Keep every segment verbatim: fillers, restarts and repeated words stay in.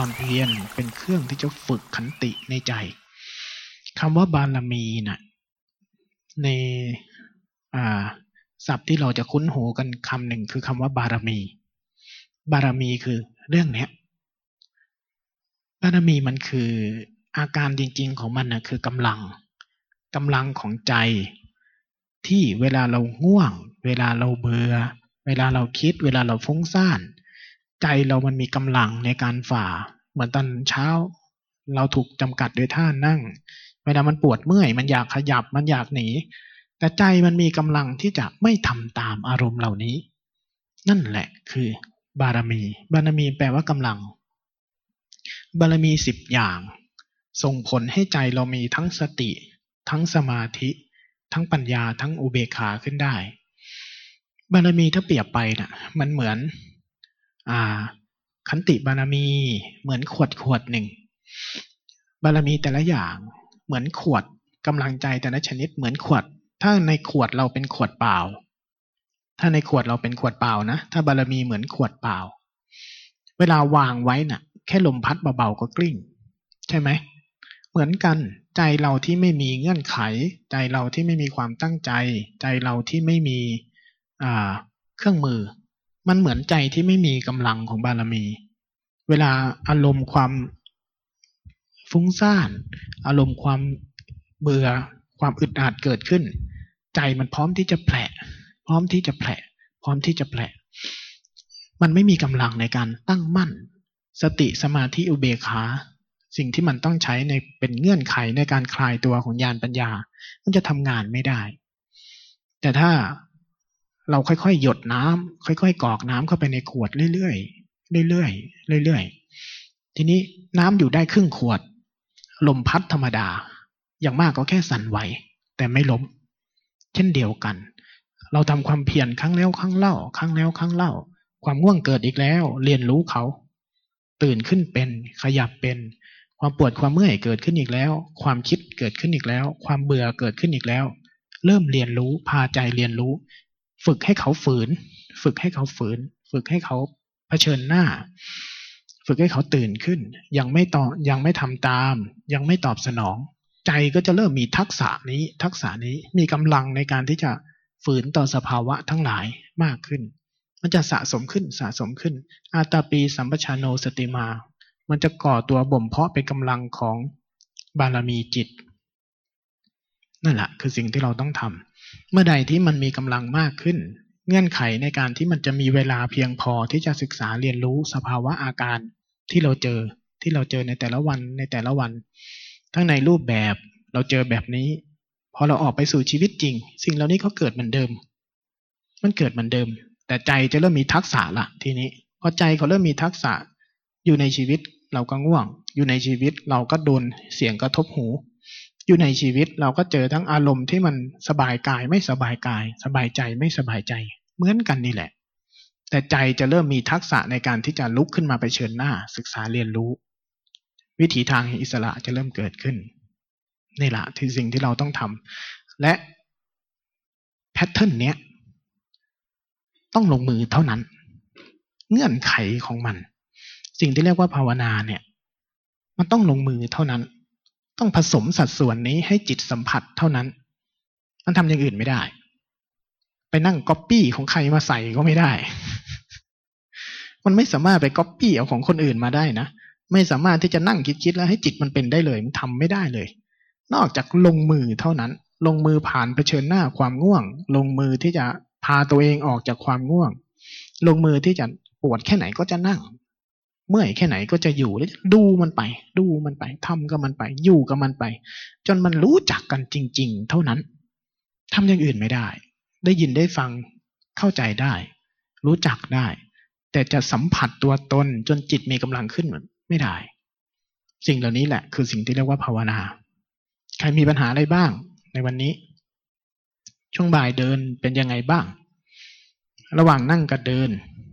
ความเพียรเป็นเครื่องที่จะฝึกขันติในใจคำว่าบารมีน่ะในอ่าศัพท์ที่เราจะคุ้นหูกันคำหนึ่งคือคำว่าบารมีบารมีคือเรื่องเนี้ยบารมีมันคืออาการจริงๆของมันนะคือกำลังกำลังของใจที่เวลาเราง่วงเวลาเราเบื่อเวลาเราคิดเวลาเราฟุ้งซ่านใจเรามันมีกำลังในการฝ่าเหมือนตอนเช้าเราถูกจำกัดด้วยท่านั่งเวลามันปวดเมื่อยมันอยากขยับมันอยากหนีแต่ใจมันมีกำลังที่จะไม่ทำตามอารมณ์เหล่านี้นั่นแหละคือบารมีบารมีแปลว่ากำลังบารมีสิบอย่างส่งผลให้ใจเรามีทั้งสติทั้งสมาธิทั้งปัญญาทั้งอุเบกขาขึ้นได้บารมีถ้าเปรียบไปน่ะมันเหมือนอ่าขันติบารมีเหมือนขวดขวดหนึ่งบารมีแต่ละอย่างเหมือนขวดกำลังใจแต่ละชนิดเหมือนขวดถ้าในขวดเราเป็นขวดเปล่าถ้าในขวดเราเป็นขวดเปล่านะถ้าบารมีเหมือนขวดเปล่าเวลาวางไว้น่ะแค่ลมพัดเบาๆก็กลิ้งใช่ไหมเหมือนกันใจเราที่ไม่มีเงื่อนไขใจเราที่ไม่มีความตั้งใจใจเราที่ไม่มีอ่าเครื่องมือมันเหมือนใจที่ไม่มีกำลังของบารมีเวลาอารมณ์ความฟุ้งซ่านอารมณ์ความเบื่อความอึดอัดเกิดขึ้นใจมันพร้อมที่จะแผลพร้อมที่จะแผลพร้อมที่จะแผลมันไม่มีกำลังในการตั้งมั่นสติสมาธิอุเบกขาสิ่งที่มันต้องใช้ในเป็นเงื่อนไขในการคลายตัวของญาณปัญญามันจะทำงานไม่ได้แต่ถ้าเราค่อยๆหยดน้ำค่อยๆกรอกน้ำเข้าไปในขวดเรื่อยๆเรื่อยๆเรื่อยๆทีนี้น้ำอยู่ได้ครึ่งขวดลมพัดธรรมดาอย่างมากก็แค่สั่นไหวแต่ไม่ล้มเช่นเดียวกันเราทำความเพียรครั้งแล้วครั้งเล่าครั้งแล้วครั้งเล่าความง่วงเกิดอีกแล้วเรียนรู้เขาตื่นขึ้นเป็นขยับเป็นความปวดความเมื่อยเกิดขึ้นอีกแล้วความคิดเกิดขึ้นอีกแล้วความเบื่อเกิดขึ้นอีกแล้วเริ่มเรียนรู้พาใจเรียนรู้ฝึกให้เขาฝืนฝึกให้เขาฝืนฝึกให้เขาเผชิญหน้าฝึกให้เขาตื่นขึ้นยังไม่ต่อยังไม่ทำตามยังไม่ตอบสนองใจก็จะเริ่มมีทักษะนี้ทักษะนี้มีกำลังในการที่จะฝืนต่อสภาวะทั้งหลายมากขึ้นมันจะสะสมขึ้นสะสมขึ้นอาตาปีสัมปชานโนสติมามันจะก่อตัวบ่มเพาะเป็นกำลังของบารมีจิตนั่นแหละคือสิ่งที่เราต้องทำเมื่อใดที่มันมีกำลังมากขึ้นเงื่อนไขในการที่มันจะมีเวลาเพียงพอที่จะศึกษาเรียนรู้สภาวะอาการที่เราเจอที่เราเจอในแต่ละวันในแต่ละวันทั้งในรูปแบบเราเจอแบบนี้พอเราออกไปสู่ชีวิตจริงสิ่งเหล่านี้ก็เกิดเหมือนเดิมมันเกิดเหมือนเดิมแต่ใจจะเริ่มมีทักษะละทีนี้พอใจเขาเริ่มมีทักษะอยู่ในชีวิตเราก็ง่วงอยู่ในชีวิตเราก็โดนเสียงกระทบหูอยู่ในชีวิตเราก็เจอทั้งอารมณ์ที่มันสบายกายไม่สบายกายสบายใจไม่สบายใจเหมือนกันนี่แหละแต่ใจจะเริ่มมีทักษะในการที่จะลุกขึ้นมาเผชิญหน้าศึกษาเรียนรู้วิถีทางอิสระจะเริ่มเกิดขึ้นนี่แหละคือสิ่งที่เราต้องทำและแพทเทิร์นเนี้ยต้องลงมือเท่านั้นเงื่อนไขของมันสิ่งที่เรียกว่าภาวนาเนี่ยมันต้องลงมือเท่านั้นต้องผสมสัดส่วนนี้ให้จิตสัมผัสเท่านั้นมันทำอย่างอื่นไม่ได้ไปนั่งก๊อปปี้ของใครมาใส่ก็ไม่ได้มันไม่สามารถไปก๊อปปี้เอาของคนอื่นมาได้นะไม่สามารถที่จะนั่งคิดๆแล้วให้จิตมันเป็นได้เลยมันทำไม่ได้เลยนอกจากลงมือเท่านั้นลงมือผ่านเผชิญหน้าความง่วงลงมือที่จะพาตัวเองออกจากความง่วงลงมือที่จะปวดแค่ไหนก็จะนั่งเมื่อยแค่ไหนก็จะอยู่ดูมันไปดูมันไปทำกับมันไปอยู่กับมันไปจนมันรู้จักกันจริงๆเท่านั้นทำอย่างอื่นไม่ได้ได้ยินได้ฟังเข้าใจได้รู้จักได้แต่จะสัมผัสตัวตนจนจิตมีกำลังขึ้นไม่ได้สิ่งเหล่านี้แหละคือสิ่งที่เรียกว่าภาวนาใครมีปัญหาอะไรบ้างในวันนี้ช่วงบ่ายเดินเป็นยังไงบ้างระหว่างนั่งกับเดิน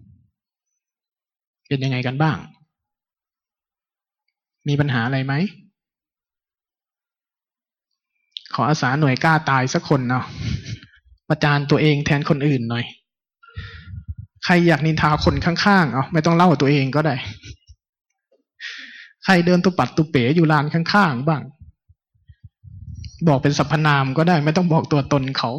เป็นยังไงกันบ้างมีปัญหาอะไรไหมขออาสาหน่วยกล้าตายสักคนเนาะประจานตัวเองแทนคนอื่นหน่อยใครอยากนินทาคนข้างๆเอาไม่ต้องเล่าตัวเองก็ได้ใครเดินตุปัดตุเป๋อยู่ลานข้างๆบ้างบอกเป็นสรรพนามก็ได้ไม่ต้องบอกตัวตนเขา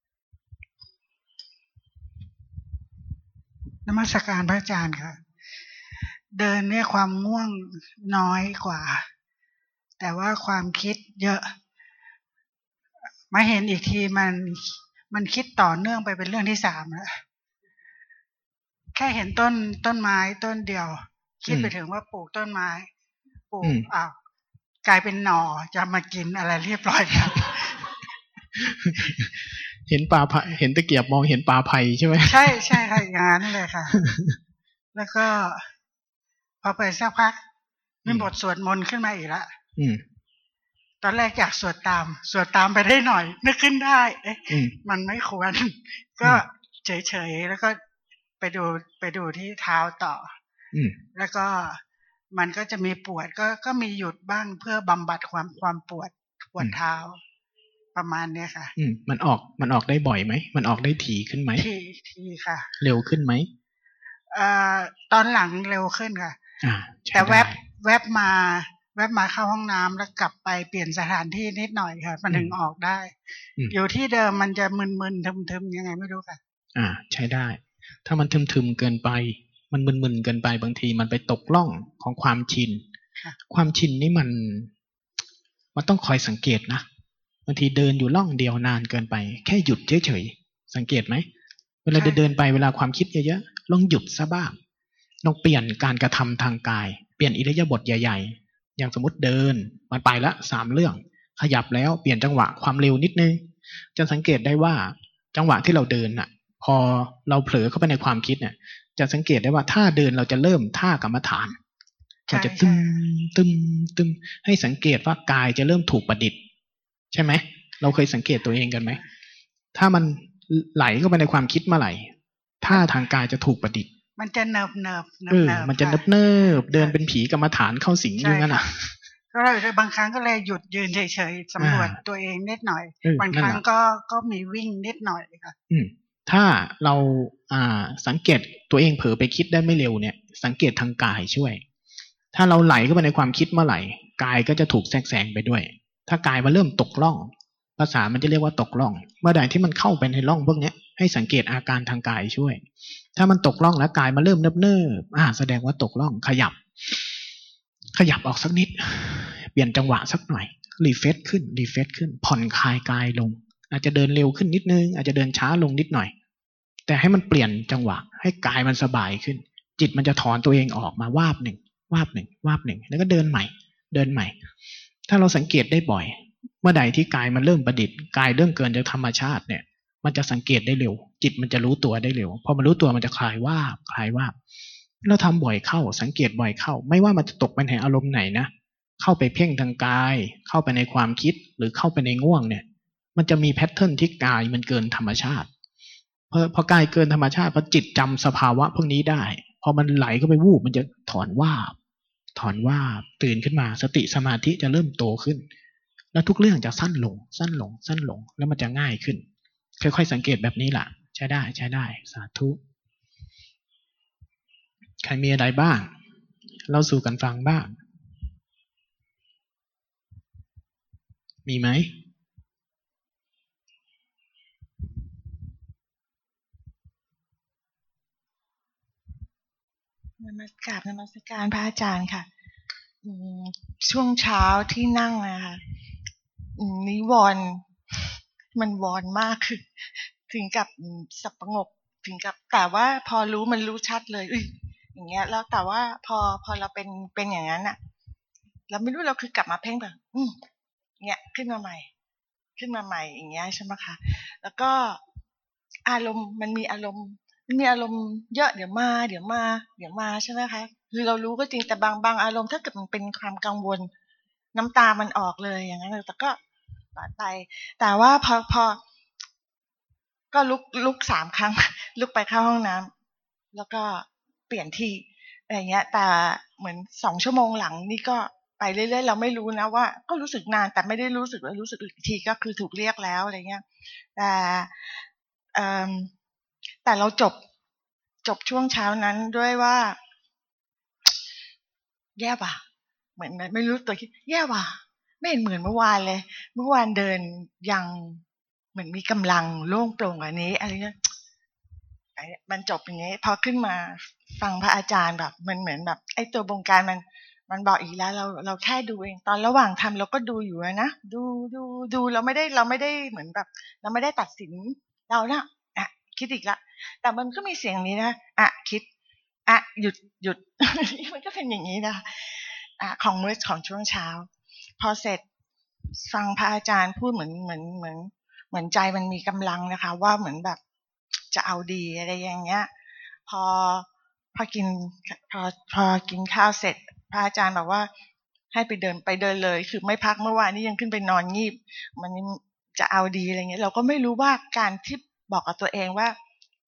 นมัสการพระอาจารย์ค่ะเดินเนี่ยความง่วงน้อยกว่าแต่ว่าความคิดเยอะมาเห็นอีกทีมันมันคิดต่อเนื่องไปเป็นเรื่องที่สามแล้วแค่เห็นต้นต้นไม้ต้นเดียวคิดไปถึงว่าปลูกต้นไม้ปลูกอ้าวกลายเป็นหน่อจะมากินอะไรเรียบร้อยครับเห็นปลาเห็นตะเกียบมองเห็นปลาไผ่ใช่ไหมใช่ใช่ค่ะอย่างนั้นเลยค่ะแล้วก็พอไปสักพักมีบทสวดมนต์ขึ้นมาอีกแล้วตอนแรกอยากสวดตามสวดตามไปได้หน่อยนึกขึ้นได้เอ๊ะมันไม่ควรก็เฉยๆแล้วก็ไปดูไปดูที่เท้าต่อแล้วก็มันก็จะมีปวดก็ก็มีหยุดบ้างเพื่อบำบัดความความปวดปวดเท้าประมาณเนี้ยค่ะอืมมันออกมันออกได้บ่อยไหมมันออกได้ถี่ขึ้นไหมถี่ถี่ค่ะเร็วขึ้นไหมเอ่อตอนหลังเร็วขึ้นค่ะอ่าแต่แวบแวบมาแวบมาเข้าห้องน้ำแล้วกลับไปเปลี่ยนสถานที่นิดหน่อยค่ะมันถึงออกได้อยู่ที่เดิมมันจะมึนๆทึมๆยังไงไม่รู้ค่ะอ่าใช้ได้ถ้ามันทึมๆเกินไปมันมึนๆเกินไปบางทีมันไปตกล่องของความชินความชินนี่มันมันต้องคอยสังเกตนะบางทีเดินอยู่ล่องเดียวนานเกินไปแค่หยุดเฉยๆสังเกตไหมเวลาเดินไปเวลาความคิดเยอะๆลองหยุดซะบ้างลองเปลี่ยนการกระทำทางกายเปลี่ยนอิริยาบถใหญ่ๆอย่างสมมติเดินมันไปละสามเรื่องขยับแล้วเปลี่ยนจังหวะความเร็วนิดนึงจะสังเกตได้ว่าจังหวะที่เราเดินน่ะพอเราเผลอเข้าไปในความคิดเนี่ยจะสังเกตได้ว่าท่าเดินเราจะเริ่มท่ากรรมฐานเราจะตึมตึมตึมให้สังเกตว่ากายจะเริ่มถูกประดิษฐ์ใช่ไหมเราเคยสังเกตตัวเองกันไหมถ้ามันไหลเข้าไปในความคิดเมื่อไหร่ท่าทางกายจะถูกประดิษฐ์มันจะเนิบเนิบเนิบมันจะเนิบเนิบเดินเป็นผีกรรมฐานเข้าสิงอยู่งั้นอ่ะก็เลยบางครั้งก็เลยหยุดยืนเฉยๆสำรวจตัวเองนิดหน่อยบางครั้งก็ก็มีวิ่งนิดหน่อยค่ะถ้าเราอ่าสังเกตตัวเองเผลอไปคิดได้ไม่เร็วเนี่ยสังเกตทางกายช่วยถ้าเราไหลเข้าไปในความคิดเมื่อไหร่กายก็จะถูกแทรกแซงไปด้วยถ้ากายมาเริ่มตกล่องภาษามันจะเรียกว่าตกล่องเมื่อใดที่มันเข้าไปในร่องพวกนี้ให้สังเกตอาการทางกายช่วยถ้ามันตกล่องแล้วกายมาเริ่มเนิบเนิบอ่าแสดงว่าตกล่องขยับขยับออกสักนิดเปลี่ยนจังหวะสักหน่อยรีเฟรชขึ้นรีเฟรชขึ้นผ่อนคลายกายลงอาจจะเดินเร็วขึ้นนิดนึงอาจจะเดินช้าลงนิดหน่อยแต่ให้มันเปลี่ยนจังหวะให้กายมันสบายขึ้นจิตมันจะถอนตัวเองออกมาวาบหนึ่งวาบหนึ่งวาบหนึ่งแล้วก็เดินใหม่เดินใหม่ถ้าเราสังเกตได้บ่อยเมื่อใดที่กายมันเริ่มประดิษฐ์กายเริ่มเกินจากธรรมชาติเนี่ยมันจะสังเกตได้เร็วจิตมันจะรู้ตัวได้เร็วพอมันรู้ตัวมันจะคลายวาบคลายวาบเราทำบ่อยเข้าสังเกตบ่อยเข้าไม่ว่ามันจะตกไปในอารมณ์ไหนนะเข้าไปเพ่งทางกายเข้าไปในความคิดหรือเข้าไปในง่วงเนี่ยมันจะมีแพทเทิร์นที่กายมันเกินธรรมชาติพอพอกายเกินธรรมชาติพอจิตจำสภาวะพวกนี้ได้พอมันไหลเข้าไปวูบมันจะถอนวาบถอนวาบตื่นขึ้นมาสติสมาธิจะเริ่มโตขึ้นแล้วทุกเรื่องจะสั้นลงสั้นลงสั้นลงแล้วมันจะง่ายขึ้นค่อยๆสังเกตแบบนี้แหละใช้ได้ใช้ได้สาธุใครมีอะไรบ้างเราสู่กันฟังบ้างมีไหมนมัสการนมัสการพระอาจารย์ค่ะช่วงเช้าที่นั่งนะคะนิวรณ์มันวอนมากคือถึงกับสับประงกถึงกับแต่ว่าพอรู้มันรู้ชัดเลยอย่างเงี้ยแล้วแต่ว่าพอพอเราเป็นเป็นอย่างนั้นอะเราไม่รู้เราคือกลับมาเพ่งแบบอืมเงี้ยขึ้นมาใหม่ขึ้นมาใหม่อย่างเงี้ยใช่ไหมคะแล้วก็อารมณ์มันมีอารมณ์มันมีอารมณ์เยอะเดี๋ยวมาเดี๋ยวมาเดี๋ยวมาใช่ไหมคะคือเรารู้ก็จริงแต่บางบางอารมณ์ถ้าเกิดมันเป็นความกังวลน้ำตามันออกเลยอย่างนั้นแต่ก็ปล่อยไปแต่ว่าพอพอก็ลุกลุกสามครั้งลุกไปเข้าห้องน้ำแล้วก็เปลี่ยนที่อะไรเงี้ยแต่เหมือนสองชั่วโมงหลังนี่ก็ไปเรื่อยๆเราไม่รู้นะว่าก็รู้สึกนานแต่ไม่ได้รู้สึกแล้วรู้สึกอีกทีก็คือถูกเรียกแล้วอะไรเงี้ยแต่แต่เราจบจบช่วงเช้านั้นด้วยว่าแย่ป่ะเหมือนไม่รู้ตัวคิดแย่ว่ะไม่เห็นเหมือนเมื่อวานเลยเมื่อวานเดินยังเหมือนมีกำลังโล่งโปร่งอันนี้อะไรเงี้ยมันจบอย่างนี้พอขึ้นมาฟังพระอาจารย์แบบมันเหมือนแบบไอ้ตัวบงการมันมันบอกอีกแล้วเราเราแค่ดูเองตอนระหว่างทำเราก็ดูอยู่นะดูดูดูเราไม่ได้เราไม่ได้เหมือนแบบเราไม่ได้ตัดสินเรานะอ่ะคิดอีกละแต่มันก็มีเสียงนี้นะอ่ะคิดอ่ะหยุดหยุด มันก็เป็นอย่างนี้นะอ่ะของมื้อของช่วงเช้าพอเสร็จฟังพระอาจารย์พูดเหมือนเหมือนเหมือนเหมือนใจมันมีกำลังนะคะว่าเหมือนแบบจะเอาดีอะไรอย่างเงี้ยพอพอกินพอพอกินข้าวเสร็จพระอาจารย์บอกว่าให้ไปเดินไปเดินเลยคือไม่พักเมื่อวานนี้ยังขึ้นไปนอนงีบมันจะเอาดีอะไรเงี้ยเราก็ไม่รู้ว่าการที่บอกกับตัวเองว่า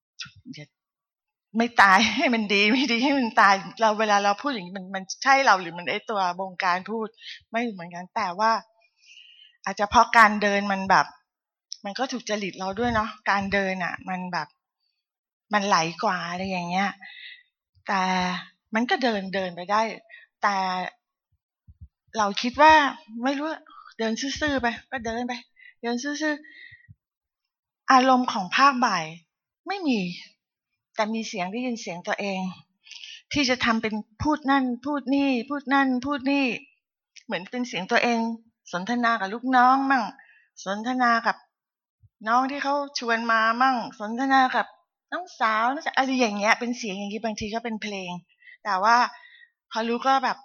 ไม่ตายให้มันดีไม่ดีให้มันตายเราเวลาเราพูดอย่างนี้มันมันใช่เราหรือมันไอตัวบงการพูดไม่เหมือนกันแต่ว่าอาจจะเพราะการเดินมันแบบมันก็ถูกจริตเราด้วยเนาะการเดินอ่ะมันแบบมันไหลกว่าอะไรอย่างเงี้ยแต่มันก็เดินเดินไปได้แต่เราคิดว่าไม่รู้เดินซื่อๆไปก็เดินไปเดินซื่อๆอารมณ์ของภาคบ่ายไม่มีแต่มีเสียงได้ยินเสียงตัวเองที่จะทำเป็นพูดนั่นพูดนี่พูดนั่นพูดนี่เหมือนเป็นเสียงตัวเองสนทนากับลูกน้องมั่งสนทนากับน้องที่เขาชวนมามั่งสนทนากับน้องสาวน่าจะอะไรอย่างเงี้ยเป็นเสียงอย่างนี้บางทีก็เป็นเพลงแต่ว่าพอรู้ก็แบบ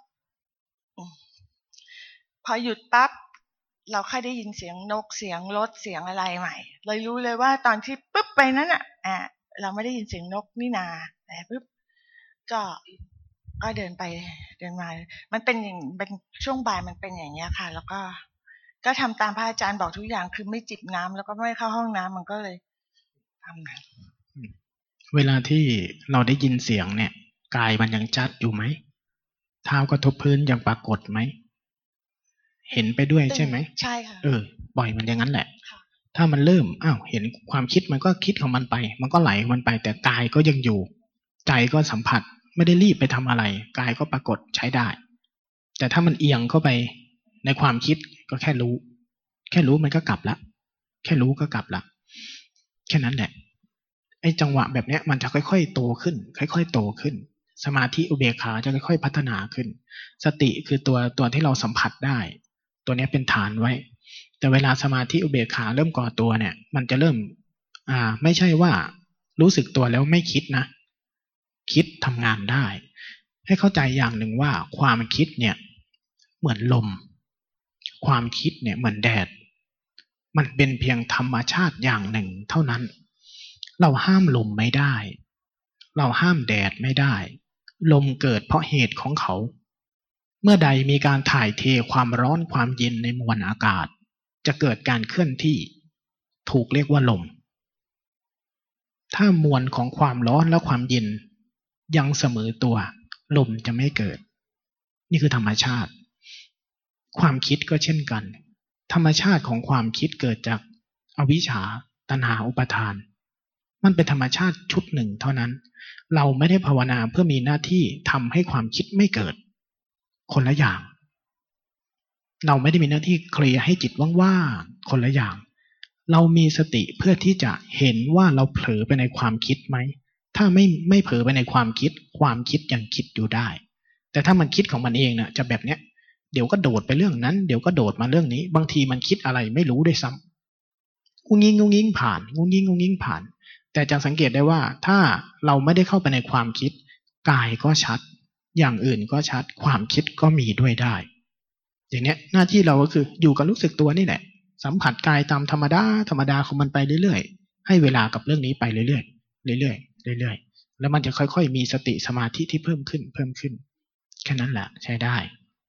พอหยุดปั๊บเราค่อยได้ยินเสียงนกเสียงรถเสียงอะไรใหม่เลยรู้เลยว่าตอนที่ปุ๊บไปนั้นอ่ะอ่ะเราไม่ได้ยินเสียงนกนี่นาแต่ปุ๊บก็ก็เดินไปเดินมามันเป็นอย่างเป็นช่วงบ่ายมันเป็นอย่างเงี้ยค่ะแล้วก็ก็ทำตามพระอาจารย์บอกทุกอย่างคือไม่จิบน้ำแล้วก็ไม่เข้าห้องน้ำมันก็เลยทำนั้นเวลาที่เราได้ยินเสียงเนี่ยกายมันยังชัดอยู่ไหมเท้ากระทบพื้นยังปรากฏไหมเห็นไปด้วยใช่ไหมใช่ค่ะเออปล่อยมันอย่างนั้นแหละถ้ามันเริ่มอ้าวเห็นความคิดมันก็คิดของมันไปมันก็ไหลมันไปแต่กายก็ยังอยู่ใจก็สัมผัสไม่ได้รีบไปทำอะไรกายก็ปรากฏใช้ได้แต่ถ้ามันเอียงเข้าไปในความคิดก็แค่รู้แค่รู้มันก็กลับละแค่รู้ก็กลับละแค่นั้นแหละไอ้จังหวะแบบนี้มันจะค่อยๆโตขึ้นค่อยๆโตขึ้นสมาธิอุเบกขาจะค่อยๆพัฒนาขึ้นสติคือตัวตัวที่เราสัมผัสได้ตัวนี้เป็นฐานไว้แต่เวลาสมาธิอุเบกขาเริ่มก่อตัวเนี่ยมันจะเริ่มอ่าไม่ใช่ว่ารู้สึกตัวแล้วไม่คิดนะคิดทำงานได้ให้เข้าใจอย่างหนึ่งว่าความคิดเนี่ยเหมือนลมความคิดเนี่ยเหมือนแดดมันเป็นเพียงธรรมชาติอย่างหนึ่งเท่านั้นเราห้ามลมไม่ได้เราห้ามแดดไม่ได้ลมเกิดเพราะเหตุของเขาเมื่อใดมีการถ่ายเทความร้อนความเย็นในมวลอากาศจะเกิดการเคลื่อนที่ถูกเรียกว่าลมถ้ามวลของความร้อนและความเย็นยังเสมอตัวลมจะไม่เกิดนี่คือธรรมชาติความคิดก็เช่นกันธรรมชาติของความคิดเกิดจากอวิชชาตัณหาอุปาทานมันเป็นธรรมชาติชุดหนึ่งเท่านั้นเราไม่ได้ภาวนาเพื่อมีหน้าที่ทำให้ความคิดไม่เกิดคนละอย่างเราไม่ได้มีหน้าที่เคลียร์ให้จิตว่างๆคนละอย่างเรามีสติเพื่อที่จะเห็นว่าเราเผลอไปในความคิดไหมถ้าไม่ไม่เผลอไปในความคิดความคิดยังคิดอยู่ได้แต่ถ้ามันคิดของมันเองเนี่ยจะแบบเนี้ยเดี๋ยวก็โดดไปเรื่องนั้นเดี๋ยวก็โดดมาเรื่องนี้บางทีมันคิดอะไรไม่รู้ด้วยซ้ำงุ้งงิ้งงุ้งงิ้งผ่านงุ้งงิ้งงุ้งงิ้งผ่านแต่จะสังเกตได้ว่าถ้าเราไม่ได้เข้าไปในความคิดกายก็ชัดอย่างอื่นก็ชัดความคิดก็มีด้วยได้อย่างเนี้ยหน้าที่เราก็คืออยู่กับรู้สึกตัวนี่แหละสัมผัสกายตามธรรมดาธรรมดาของมันไปเรื่อยๆให้เวลากับเรื่องนี้ไปเรื่อยๆเรื่อยๆเรื่อยๆแล้วมันจะค่อยๆมีสติสมาธิที่เพิ่มขึ้นเพิ่มขึ้นแค่นั้นแหละใช้ได้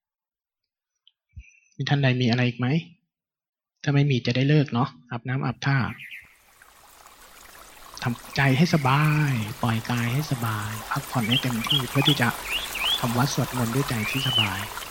มีท่านใดมีอะไรอีกไหมถ้าไม่มีจะได้เลิกเนาะอาบน้ำอาบท่าทำใจให้สบายปล่อยกายให้สบายพักผ่อนให้เต็มที่เพื่อที่จะทำวัดสวดมนต์ด้วยใจที่สบาย